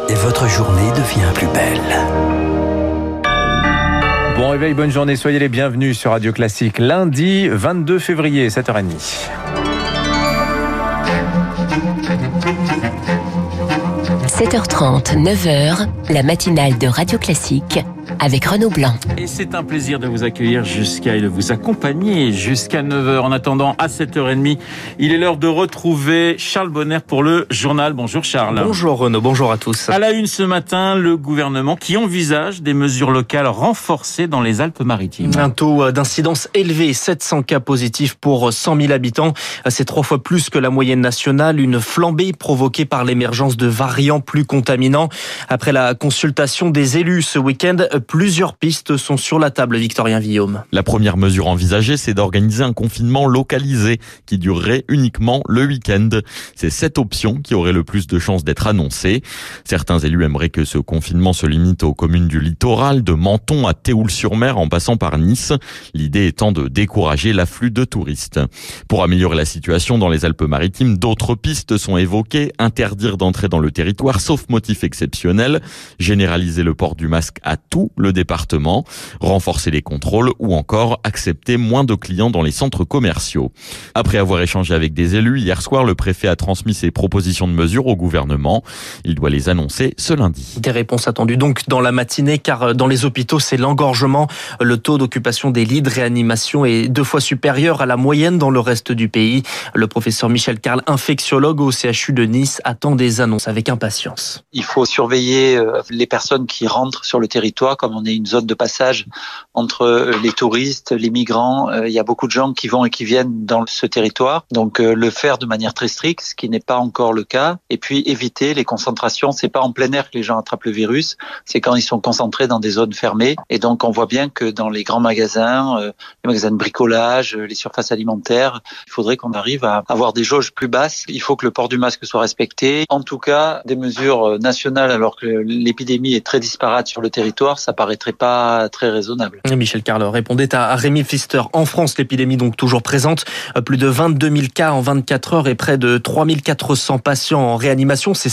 et votre journée devient plus belle. Bon réveil, bonne journée, soyez les bienvenus sur Radio Classique. Lundi 22 février, 7h30. « 7h30, 9h, la matinale de Radio Classique avec Renaud Blanc. Et c'est un plaisir de vous accueillir et de vous accompagner jusqu'à 9h. En attendant, à 7h30, il est l'heure de retrouver Charles Bonner pour le journal. Bonjour Charles. Bonjour Renaud, bonjour à tous. À la une ce matin, le gouvernement qui envisage des mesures locales renforcées dans les Alpes-Maritimes. Un taux d'incidence élevé, 700 cas positifs pour 100 000 habitants. C'est 3 fois plus que la moyenne nationale. Une flambée provoquée par l'émergence de variants plus contaminants. Après la consultation des élus ce week-end, plusieurs pistes sont sur la table, Victorien Villaume. La première mesure envisagée, c'est d'organiser un confinement localisé qui durerait uniquement le week-end. C'est cette option qui aurait le plus de chances d'être annoncée. Certains élus aimeraient que ce confinement se limite aux communes du littoral, de Menton à Théoul-sur-Mer en passant par Nice. L'idée étant de décourager l'afflux de touristes. Pour améliorer la situation dans les Alpes-Maritimes, d'autres pistes sont évoquées. Interdire d'entrer dans le territoire sauf motif exceptionnel. Généraliser le port du masque à tout le département, renforcer les contrôles ou encore accepter moins de clients dans les centres commerciaux. Après avoir échangé avec des élus, hier soir, le préfet a transmis ses propositions de mesures au gouvernement. Il doit les annoncer ce lundi. Des réponses attendues donc dans la matinée, car dans les hôpitaux, c'est l'engorgement. Le taux d'occupation des lits de réanimation est 2 fois supérieur à la moyenne dans le reste du pays. Le professeur Michel Carle, infectiologue au CHU de Nice, attend des annonces avec impatience. Il faut surveiller les personnes qui rentrent sur le territoire, comme on est une zone de passage entre les touristes, les migrants. Il y a beaucoup de gens qui vont et qui viennent dans ce territoire. Donc le faire de manière très stricte, ce qui n'est pas encore le cas. Et puis éviter les concentrations. C'est pas en plein air que les gens attrapent le virus, c'est quand ils sont concentrés dans des zones fermées. Et donc on voit bien que dans les grands magasins, les magasins de bricolage, les surfaces alimentaires, il faudrait qu'on arrive à avoir des jauges plus basses. Il faut que le port du masque soit respecté. En tout cas, des mesures nationales alors que l'épidémie est très disparate sur le territoire, ça paraîtrait pas très raisonnable. Michel Carle répondait à Rémi Pfister. En France, l'épidémie donc toujours présente. Plus de 22 000 cas en 24 heures et près de 3 400 patients en réanimation. C'est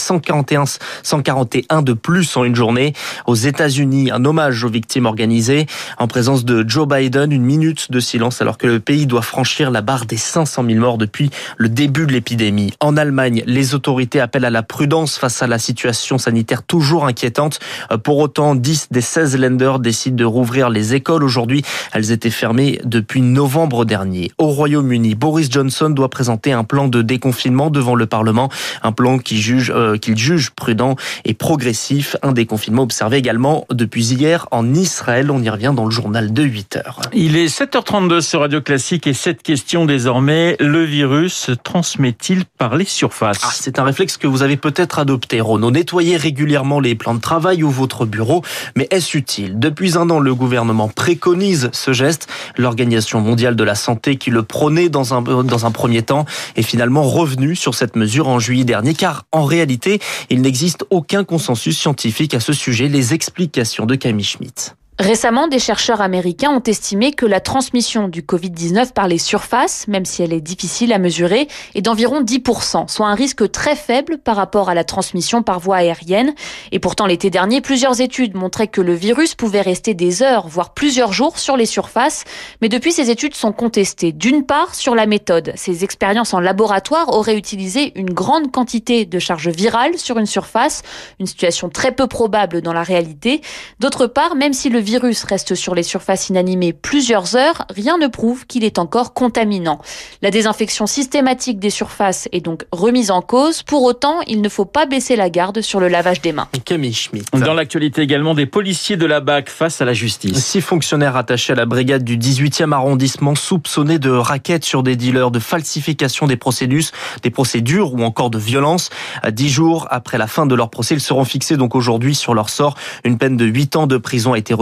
141 de plus en une journée. Aux États-Unis, un hommage aux victimes organisé. En présence de Joe Biden, une minute de silence alors que le pays doit franchir la barre des 500 000 morts depuis le début de l'épidémie. En Allemagne, les autorités appellent à la prudence face à la situation sanitaire toujours inquiétante. Pour autant, 10 des 16 Länder décident de rouvrir les écoles aujourd'hui. Elles étaient fermées depuis novembre dernier. Au Royaume-Uni, Boris Johnson doit présenter un plan de déconfinement devant le Parlement. Un plan qu'il juge prudent et progressif. Un déconfinement observé également depuis hier en Israël. On y revient dans le journal de 8h. Il est 7h32 sur Radio Classique et cette question désormais, le virus se transmet-il par les surfaces ? C'est un réflexe que vous avez peut-être adopté, Renaud. Nettoyez régulièrement les plans de travail ou votre bureau. Mais est-ce utile ? Depuis un an, le gouvernement préconise ce geste. L'Organisation mondiale de la santé, qui le prônait dans un premier temps, est finalement revenue sur cette mesure en juillet dernier, car en réalité, il n'existe aucun consensus scientifique à ce sujet. Les explications de Camille Schmitt. Récemment, des chercheurs américains ont estimé que la transmission du Covid-19 par les surfaces, même si elle est difficile à mesurer, est d'environ 10%, soit un risque très faible par rapport à la transmission par voie aérienne. Et pourtant, l'été dernier, plusieurs études montraient que le virus pouvait rester des heures, voire plusieurs jours sur les surfaces. Mais depuis, ces études sont contestées. D'une part, sur la méthode. Ces expériences en laboratoire auraient utilisé une grande quantité de charge virale sur une surface, une situation très peu probable dans la réalité. D'autre part, même si le virus reste sur les surfaces inanimées plusieurs heures, rien ne prouve qu'il est encore contaminant. La désinfection systématique des surfaces est donc remise en cause. Pour autant, il ne faut pas baisser la garde sur le lavage des mains. Camille Schmitt. Dans l'actualité également, des policiers de la BAC face à la justice. 6 fonctionnaires attachés à la brigade du 18e arrondissement soupçonnés de racket sur des dealers, de falsification des procédures ou encore de violence. 10 jours après la fin de leur procès, ils seront fixés donc aujourd'hui sur leur sort. Une peine de 8 ans de prison a été requise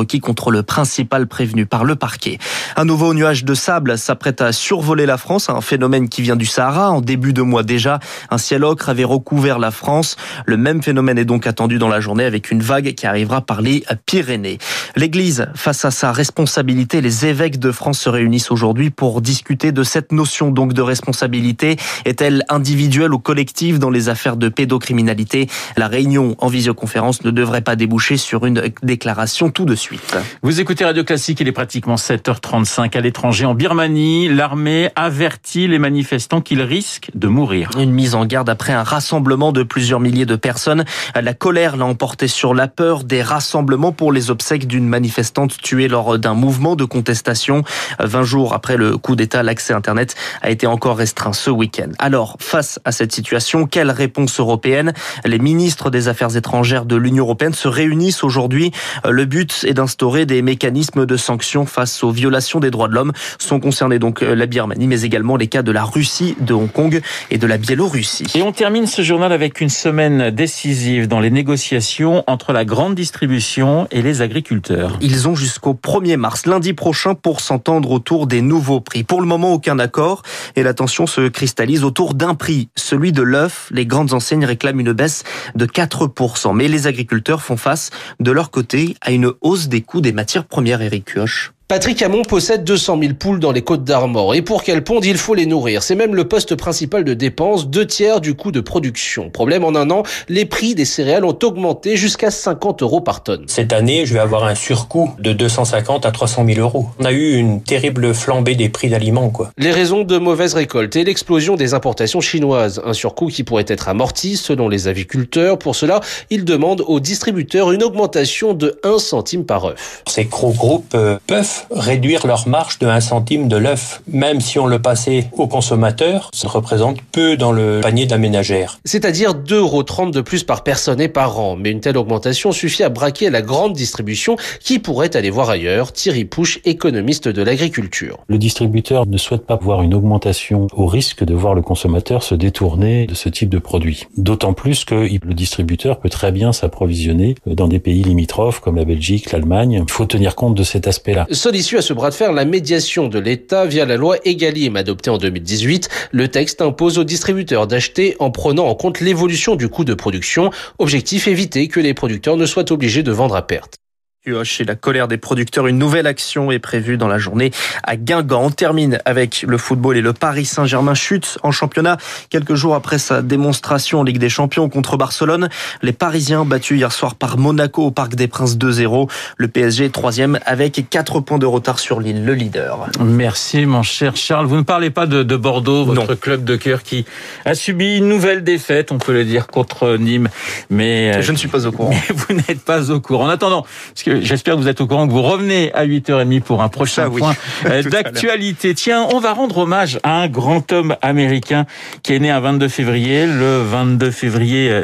requis contre le principal prévenu par le parquet. Un nouveau nuage de sable s'apprête à survoler la France, un phénomène qui vient du Sahara. En début de mois déjà, un ciel ocre avait recouvert la France. Le même phénomène est donc attendu dans la journée avec une vague qui arrivera par les Pyrénées. L'Église, face à sa responsabilité, les évêques de France se réunissent aujourd'hui pour discuter de cette notion donc de responsabilité. Est-elle individuelle ou collective dans les affaires de pédocriminalité? La réunion en visioconférence ne devrait pas déboucher sur une déclaration tout de suite. Vous écoutez Radio Classique, il est pratiquement 7h35 à l'étranger. En Birmanie, l'armée avertit les manifestants qu'ils risquent de mourir. Une mise en garde après un rassemblement de plusieurs milliers de personnes. La colère l'a emporté sur la peur des rassemblements pour les obsèques d'une manifestante tuée lors d'un mouvement de contestation. 20 jours après le coup d'État, l'accès Internet a été encore restreint ce week-end. Alors, face à cette situation, quelle réponse européenne? Les ministres des Affaires étrangères de l'Union européenne se réunissent aujourd'hui. Le but est d'instaurer des mécanismes de sanctions face aux violations des droits de l'homme. Sont concernés donc la Birmanie, mais également les cas de la Russie, de Hong Kong et de la Biélorussie. Et on termine ce journal avec une semaine décisive dans les négociations entre la grande distribution et les agriculteurs. Ils ont jusqu'au 1er mars, lundi prochain, pour s'entendre autour des nouveaux prix. Pour le moment, aucun accord et la tension se cristallise autour d'un prix, celui de l'œuf. Les grandes enseignes réclament une baisse de 4%. Mais les agriculteurs font face, de leur côté, à une hausse des coûts des matières premières. Éric Kioch. Patrick Hamon possède 200 000 poules dans les Côtes-d'Armor. Et pour qu'elles pondent, il faut les nourrir. C'est même le poste principal de dépense, 2/3 du coût de production. Problème, en un an, les prix des céréales ont augmenté jusqu'à 50 € par tonne. Cette année, je vais avoir un surcoût de 250 à 300 000 €. On a eu une terrible flambée des prix d'aliments, Les raisons de mauvaise récolte et l'explosion des importations chinoises. Un surcoût qui pourrait être amorti selon les aviculteurs. Pour cela, ils demandent aux distributeurs une augmentation de 1 centime par œuf. Ces gros groupes peuvent réduire leur marge de 1 centime de l'œuf. Même si on le passait aux consommateurs, ça représente peu dans le panier de la ménagère. C'est-à-dire 2,30 € de plus par personne et par an. Mais une telle augmentation suffit à braquer la grande distribution qui pourrait aller voir ailleurs. Thierry Pouche, économiste de l'agriculture. Le distributeur ne souhaite pas voir une augmentation au risque de voir le consommateur se détourner de ce type de produit. D'autant plus que le distributeur peut très bien s'approvisionner dans des pays limitrophes comme la Belgique, l'Allemagne. Il faut tenir compte de cet aspect-là. Issue à ce bras de fer, la médiation de l'État via la loi Egalim adoptée en 2018. Le texte impose aux distributeurs d'acheter en prenant en compte l'évolution du coût de production. Objectif, éviter que les producteurs ne soient obligés de vendre à perte. Et la colère des producteurs, une nouvelle action est prévue dans la journée à Guingamp. On termine avec le football et le Paris Saint-Germain chute en championnat. Quelques jours après sa démonstration en Ligue des Champions contre Barcelone, les Parisiens battus hier soir par Monaco au Parc des Princes 2-0. Le PSG est 3e avec 4 points de retard sur Lille, le leader. Merci mon cher Charles. Vous ne parlez pas de Bordeaux, votre club de cœur qui a subi une nouvelle défaite, on peut le dire, contre Nîmes. Mais je ne suis pas au courant. Mais vous n'êtes pas au courant. En attendant, parce que j'espère que vous êtes au courant que vous revenez à 8h30 pour un prochain point d'actualité. Tiens, on va rendre hommage à un grand homme américain qui est né un 22 février, le 22 février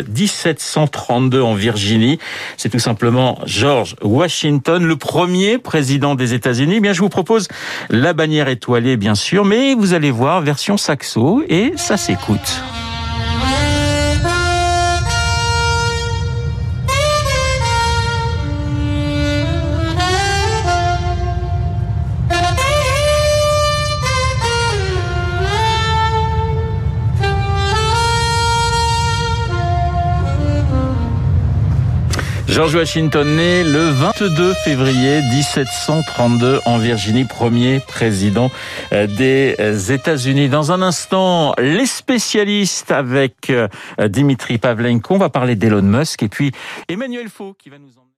1732 en Virginie. C'est tout simplement George Washington, le premier président des États-Unis. Bien, je vous propose la bannière étoilée, bien sûr, mais vous allez voir, version saxo, et ça s'écoute. George Washington né le 22 février 1732 en Virginie, premier président des États-Unis. Dans un instant, les spécialistes avec Dimitri Pavlenko. On va parler d'Elon Musk et puis Emmanuel Faux qui va nous